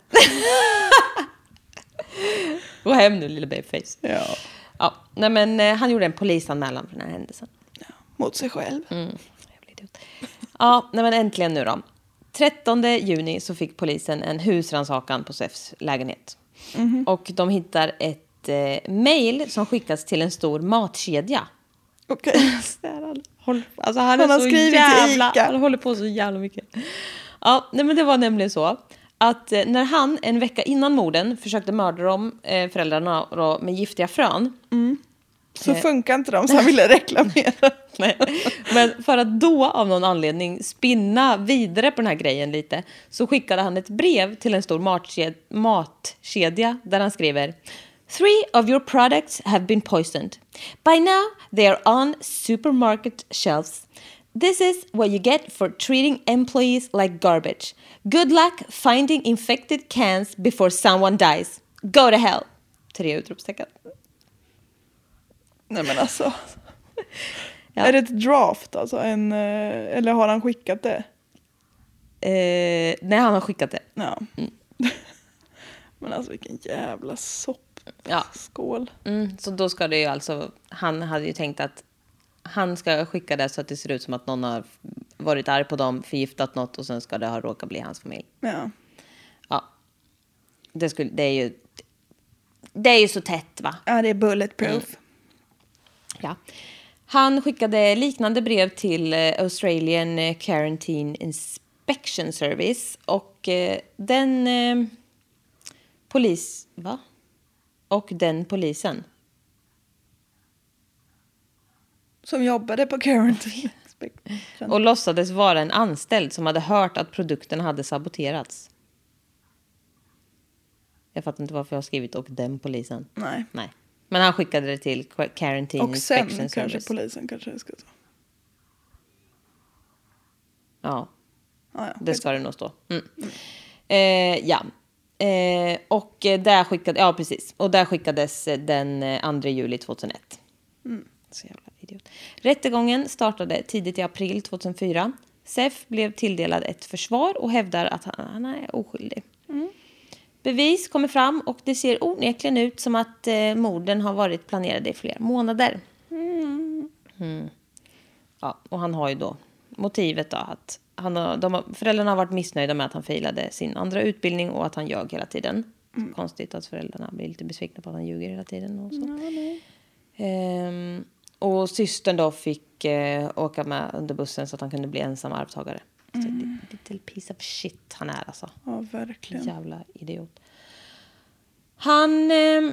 Gå hem nu, lilla babyface. Ja. Ja, nej men eh, han gjorde en polisanmälan för den här händelsen. Ja, mot sig själv. Mm. Ja, nej men äntligen nu då. trettonde juni så fick polisen en husrannsakan på Sefs lägenhet. Mm-hmm. Och de hittar ett eh, mejl som skickas till en stor matkedja. Okej. Okay. Alltså han, han är har så skrivit jävla, Ica. han håller på så jävla mycket. Ja, nej men det var nämligen så att eh, när han en vecka innan morden försökte mörda dem, eh, föräldrarna då, med giftiga frön. Mm. Så funkar inte de, så han ville reklamera. Nej. Men för att då av någon anledning spinna vidare på den här grejen lite så skickade han ett brev till en stor matked- matkedja där han skriver: Three of your products have been poisoned. By now they are on supermarket shelves. This is what you get for treating employees like garbage. Good luck finding infected cans before someone dies. Go to hell. Tre utropstecken. Nej men alltså. Ja. Är det ett draft alltså? En, eller har han skickat det? Eh, nej, han har skickat det. Ja. Mm. Men alltså vilken jävla sopp. Ja. Skål. Mm, så då ska det ju alltså... Han hade ju tänkt att han ska skicka det så att det ser ut som att någon har varit arg på dem, förgiftat något och sen ska det ha råkat bli hans familj. Ja. Ja. Det, skulle, det är ju... Det är ju så tätt, va? Ja, det är bulletproof. Mm. Ja. Han skickade liknande brev till Australian Quarantine Inspection Service och eh, den eh, polis... Va? Och den polisen. Som jobbade på Quarantine Inspection. Och låtsades vara en anställd som hade hört att produkten hade saboterats. Jag fattar inte varför jag har skrivit och den polisen. Nej. Nej. Men han skickade det till Quarantine och Inspection sen Service. kanske polisen kanske ska stå. Ja. Ah, ja. Det ska det nog stå. Mm. Mm. Eh, ja. Eh, och där skickade, ja precis. Och där skickades den andra juli tjugohundraett. Mm. Så jävla idiot. Rättegången startade tidigt i april tjugohundrafyra. Sef blev tilldelad ett försvar och hävdar att han, han är oskyldig. Mm. Bevis kommer fram och det ser onekligen ut som att eh, morden har varit planerade i flera månader. Mm. Mm. Ja, och han har ju då motivet då att han har, de har, föräldrarna har varit missnöjda med att han failade sin andra utbildning och att han ljög hela tiden. Mm. Konstigt att föräldrarna blir lite besvikna på att han ljuger hela tiden och så. Mm. Ehm, och systern då fick eh, åka med under bussen så att han kunde bli ensam arvtagare. Mm. Little piece of shit han är alltså. Ja, verkligen. Jävla idiot. Han... Eh,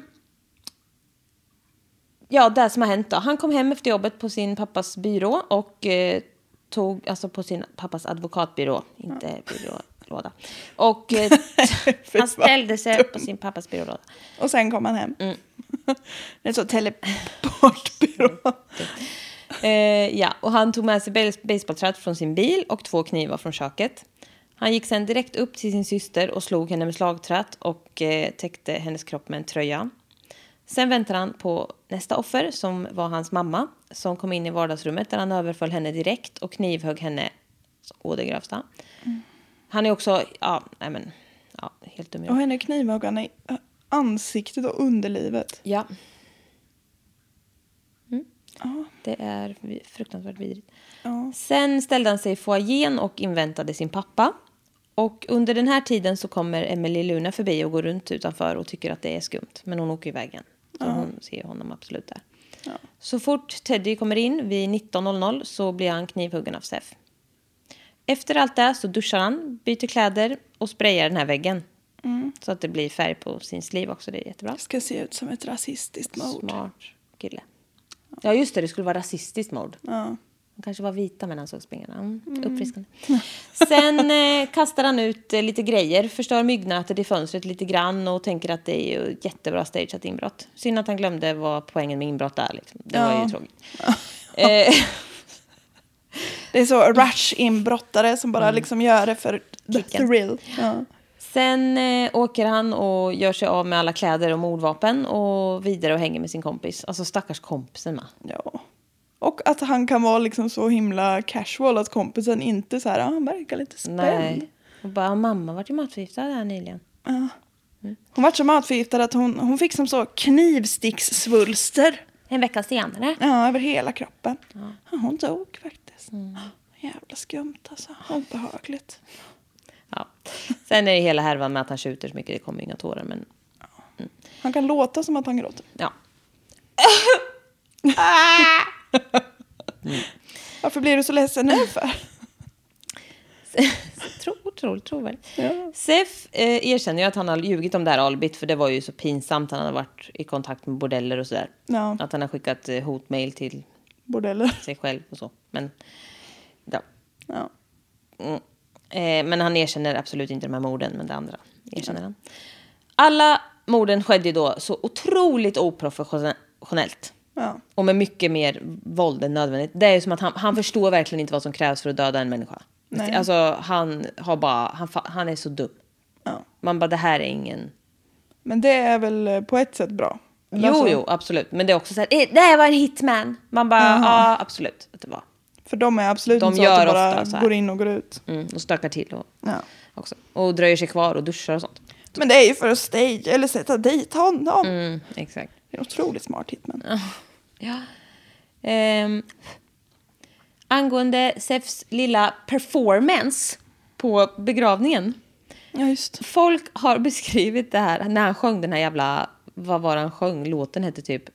ja, det som har hänt då. Han kom hem efter jobbet på sin pappas byrå och eh, tog... Alltså på sin pappas advokatbyrå. Inte ja. byrålåda. Och eh, han ställde sig på sin pappas byrålåda. Och sen kom han hem. Mm. Det är så teleportbyrå. Eh, ja, och han tog med sig baseballträt från sin bil och två knivar från köket. Han gick sen direkt upp till sin syster och slog henne med slagträt och eh, täckte hennes kropp med en tröja. Sen väntade han på nästa offer som var hans mamma som kom in i vardagsrummet där han överföll henne direkt och knivhögg henne å det grövsta. Mm. Han är också, ja, nej men, ja, helt dum. Och henne knivhögg han i ansiktet och underlivet. Ja. Ja. Det är fruktansvärt vidrigt. Ja. Sen ställde han sig i foajén och inväntade sin pappa. Och under den här tiden så kommer Emily Luna förbi och går runt utanför och tycker att det är skumt. Men hon åker i vägen. Så ja. Hon ser honom absolut där. Ja. Så fort Teddy kommer in vid nitton noll noll så blir han knivhuggen av Sef. Efter allt det så duschar han, byter kläder och sprayar den här väggen. Mm. Så att det blir färg på sin sleeve också, det är jättebra. Det ska se ut som ett rasistiskt mode. Smart kille. Ja just det, det skulle vara rasistiskt mode. Ja. Han kanske var vita men han såg springarna. Mm, mm. Uppfriskande. Sen eh, kastar han ut eh, lite grejer. Förstör myggnätet i fönstret lite grann. Och tänker att det är ju jättebra stageat inbrott. Synd att han glömde vad poängen med inbrott är. Liksom. Det ja. var ju tråkigt. eh. Det är så rush-inbrottare som bara mm. liksom gör det för the thrill. Ja. Sen eh, åker han och gör sig av med alla kläder och mordvapen. Och vidare och hänger med sin kompis. Alltså stackars kompisen med. Ja. Och att han kan vara liksom så himla casual att kompisen inte så här, han verkar lite spänd. Nej. Och bara, mamma vart ju matförgiftad här nyligen. Ja. Mm. Hon vart så matförgiftad att hon, hon fick som så knivstickssvulster. En vecka senare. Ja, över hela kroppen. Ja. Ja, hon dog faktiskt. Mm. Jävla skumt alltså. Obehagligt. Ja. Sen är det hela härvan med att han skjuter så mycket, det kommer inga tårar. Men... Mm. Han kan låta som att han gråter. Ja. Mm. Varför blir du så ledsen nu för? Tro, otroligt trovärdigt. Ja. Sef eh, erkänner ju att han har ljugit om det här albit. För det var ju så pinsamt. Han hade varit i kontakt med bordeller och sådär. Ja. Att han har skickat eh, hotmail till bordeller. sig själv och så. Men, ja. Ja. Mm. Eh, men han erkänner absolut inte de här morden. Men det andra erkänner han. Alla morden skedde då så otroligt oprofessionellt. Ja. Och med mycket mer våld än nödvändigt. Det är ju som att han, han förstår verkligen inte vad som krävs för att döda en människa. Nej. Alltså han har bara, han, han är så dum. Ja. Man bara, det här är ingen... Men det är väl på ett sätt bra. Jo, alltså... jo, absolut. Men det är också så här, det här var en hitman. Man bara, Jaha. ja, absolut. Att det var. För de är absolut de inte gör så att det bara ofta så här. går in och går ut. Mm, och stökar till och, ja. också. Och dröjer sig kvar och duschar och sånt. Men det är ju för att stage eller sätta dit honom. Mm, exakt. Det är en otroligt smart hitman. Ja. Ehm, angående Sefs lilla performance på begravningen. Ja, just. Folk har beskrivit det här när han sjöng den här jävla, vad var han sjöng? Låten hette typ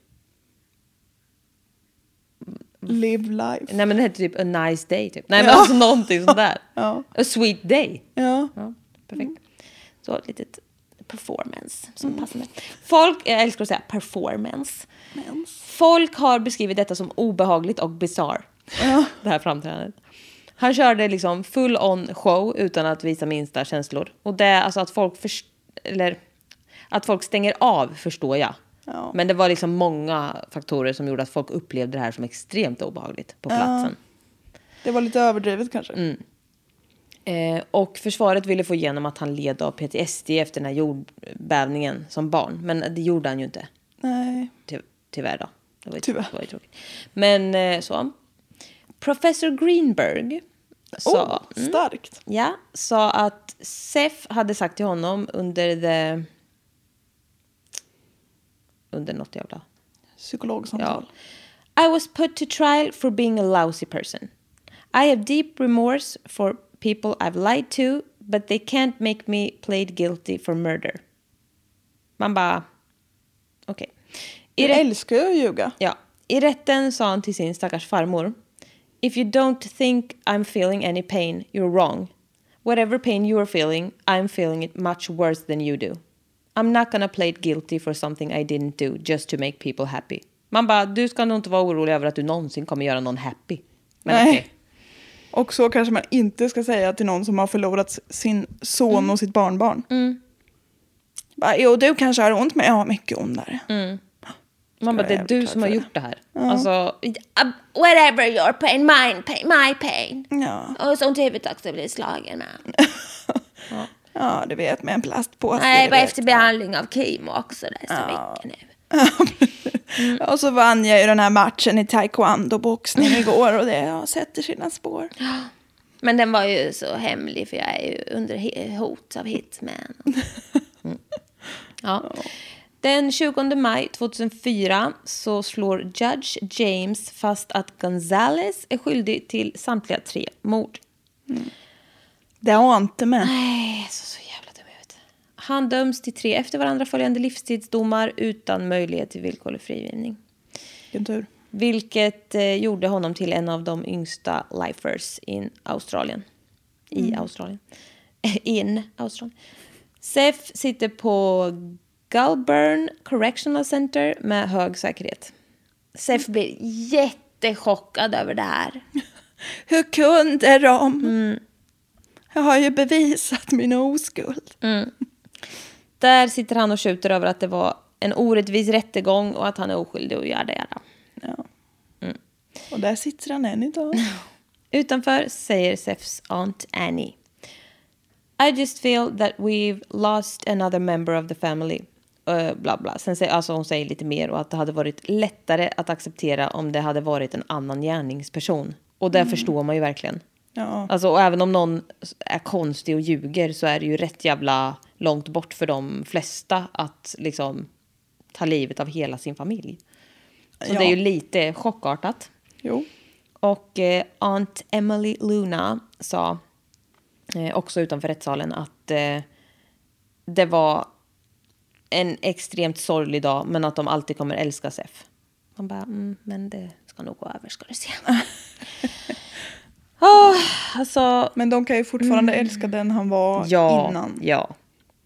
Live life. Nej, men den hette typ A Nice Day typ. Nej, Ja. men alltså någonting sånt där. Ja. A Sweet Day. Ja. Ja, perfekt. Så ett litet performance som mm. passar med. Folk, jag älskar att säga performance. Mens. Folk har beskrivit detta som obehagligt och bizarre. Ja. Det här framträdandet. Han körde liksom full on show utan att visa minsta känslor. Och det, alltså att folk först- eller att folk stänger av förstår jag. Ja. Men det var liksom många faktorer som gjorde att folk upplevde det här som extremt obehagligt på platsen. Ja. Det var lite överdrivet kanske. Mm. Eh, och försvaret ville få igenom att han led av P T S D efter den här jordbävningen som barn. Men det gjorde han ju inte. Nej. Ty- tyvärr då. Det var ju, Tyvärr. Det var ju tråkigt. Men eh, så. Professor Greenberg sa, Oh, starkt. mm, ja, sa att Sef hade sagt till honom under the under något jävla Psykologsamtal. Ja. I was put to trial for being a lousy person. I have deep remorse for people I've lied to, but they can't make me plead guilty for murder. Man bara, okej. Okay. Okay. Jag älskar ju att ljuga. Ja. I rätten sa han till sin stackars farmor: If you don't think I'm feeling any pain, you're wrong. Whatever pain you're feeling, I'm feeling it much worse than you do. I'm not gonna plead guilty for something I didn't do just to make people happy. Man bara, du ska nog inte vara orolig över att du någonsin kommer göra någon happy. Men Nej. okej. Och så kanske man inte ska säga till någon som har förlorat sin son mm. och sitt barnbarn. Mm. Bara, jo, du kanske har ont, men jag har mycket ondare. Mm. Man bara, det är du som har gjort det här. Ja. Alltså, whatever your pain, mine pain, my pain. Ja. Och sånt huvudet också blir slagen med. Ja. Ja, du vet, med en plastpåse. Nej, bara efter behandling av kemo också. Det är så Ja. mycket nu. Mm. Och så vann jag ju den här matchen i taekwondo-boxning igår och det ja, sätter sina spår. Men den var ju så hemlig för jag är ju under hot av hitman. Mm. Ja. Den tjugonde maj tjugohundrafyra så slår Judge James fast att Gonzales är skyldig till samtliga tre mord. Mm. Det har inte med. Nej, så, så jävla dum jag vet. Han döms till tre efter varandra följande livstidsdomar utan möjlighet till villkorlig frigivning. Vilken tur. Vilket eh, gjorde honom till en av de yngsta lifers in Australien. I mm. Australien. in Australien. Sef sitter på Goulburn Correctional Center med hög säkerhet. Sef blir jättechockad över det här. Hur kunde de? Mm. Jag har ju bevisat min oskuld. Mm. Där sitter han och skjuter över att det var en orättvis rättegång och att han är oskyldig och gör det. Göra. Ja. Mm. Och där sitter han än idag. Utanför säger Sefs aunt Annie: I just feel that we've lost another member of the family. Uh, bla bla. Sen säger, alltså hon säger lite mer och att det hade varit lättare att acceptera om det hade varit en annan gärningsperson. Och det mm. förstår man ju verkligen. Ja. Alltså, och även om någon är konstig och ljuger så är det ju rätt jävla långt bort för de flesta att liksom ta livet av hela sin familj. Så ja. det är ju lite chockartat. Jo. Och eh, Aunt Emily Luna sa eh, också utanför rättssalen att eh, det var en extremt sorglig dag men att de alltid kommer älska Sef. Man bara, mm, men det ska nog gå över, ska du se. Oh, alltså, men de kan ju fortfarande mm. älska den han var ja, innan. Ja.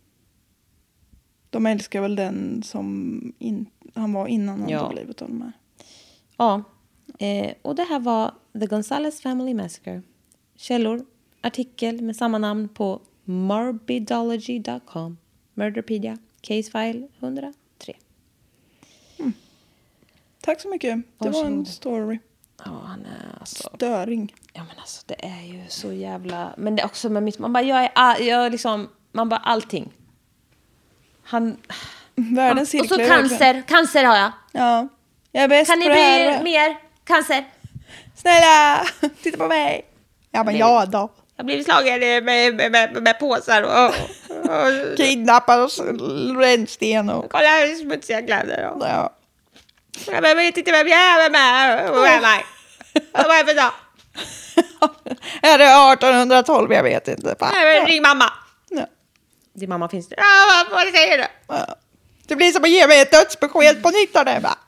De älskar väl den som in, han var innan han ja. tog livet av dem här. Ja. Eh, och det här var The Gonzales Family Massacre. Källor, artikel med samma namn på morbidology dot com. Murderpedia, case file hundratre. Mm. Tack så mycket. Det var en story. Ja, han är alltså... Störing. Ja, men alltså det är ju så jävla... Men det är också med mitt... Man bara, jag är all... jag liksom... Man bara, allting. Han... Världens han... Och så cancer. Cancer har jag. Ja. Jag är bäst kan på ni det här. bli mer cancer? Snälla, titta på mig. Ja, men ja då. Jag har blivit slagen med, med, med, med påsar och... Kidnappad och rännsten och... Kolla här smutsiga kläder. Ja. Ja. Jag vet inte vem jag är. Vem är jag? Vem är jag? Vad är det för dag? Är det artonhundratolv? Jag vet inte. Nej, ring mamma. Ja. Din mamma finns det. Ja, vad, vad säger du? Ja. Det blir som att ge mig ett dödsbesked på nytt av det, va?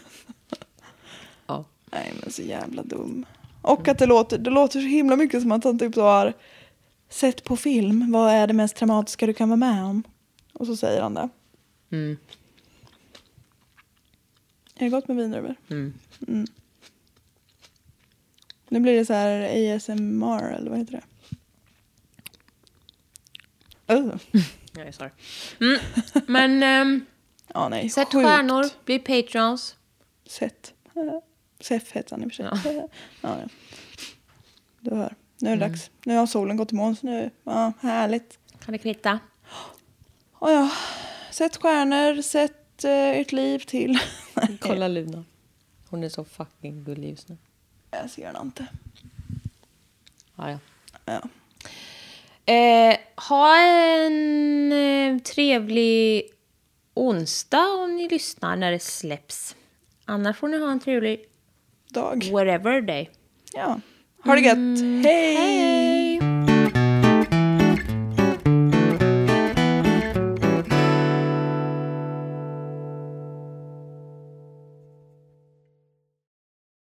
Ja. Nej, men så jävla dum. Och att det låter, det låter så himla mycket som att han typ så har sett på film. Vad är det mest traumatiska du kan vara med om? Och så säger han det. Mm. Är det gott med vinröver? Mm. Mm. Nu blir det så här A S M R, eller vad heter det? Oh. Nej, sorry. Mm. Men um, ja, nej, sätt sjukt. stjärnor, bli patrons. Sätt. Sef heter han i och för sig. Ja. Ja, ja. Du hör. Nu är det mm. dags. Nu har solen gått i moln. Nu, ja, härligt. Kan det kvitta? Oh, ja. Sätt stjärnor, sätt uh, ert liv till. Kolla Luna. Hon är så fucking gullig just nu. Jag ser den inte. Ja, ja. Ja. Eh, ha en eh, trevlig onsdag om ni lyssnar när det släpps. Annars får ni ha en trevlig dag. Whatever day. Ja. Ha det gött. Mm, hej! hej.